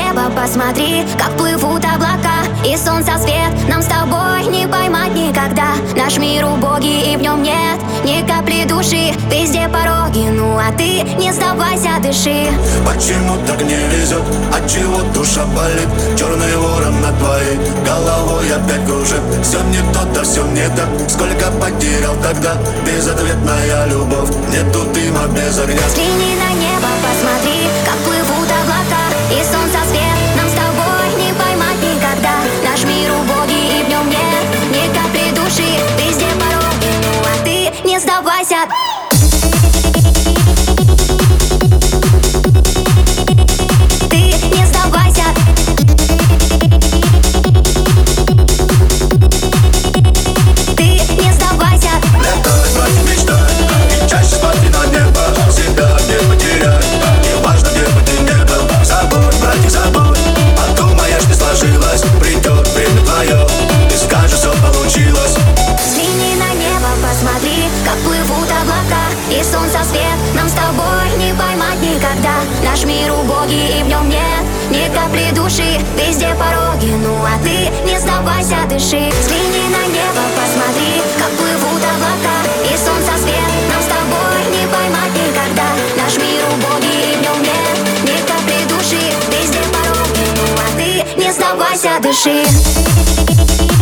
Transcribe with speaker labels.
Speaker 1: небо посмотри, как плывут облака и солнца свет. Нам с тобой не поймать никогда. Наш мир убогий и в нем нет ни капли души. Везде пороги, ну а ты не сдавайся, дыши.
Speaker 2: Почему так не везет? Отчего душа болит? Черный ворон над твоей головой опять кружит. Все не то, да все не так. Сколько потерял тогда? Безответная любовь. Нету дыма без огня.
Speaker 1: Взгляни на небо, посмотри, как плывут облака и солнца свет. Нам с тобой не поймать никогда. Наш мир убогий и в нем нет ни капли души. Везде пороги, ну а ты не сдавайся. И солнца свет, нам с тобой не поймать никогда. Наш мир убогий и в нем нет ни капли души. Везде пороги, ну а ты не сдавайся, дыши. Взгляни на небо, посмотри, как плывут облака и солнца свет. Нам с тобой не поймать никогда. Наш мир убогий и в нем нет ни капли души. Везде пороги, ну а ты не сдавайся, дыши.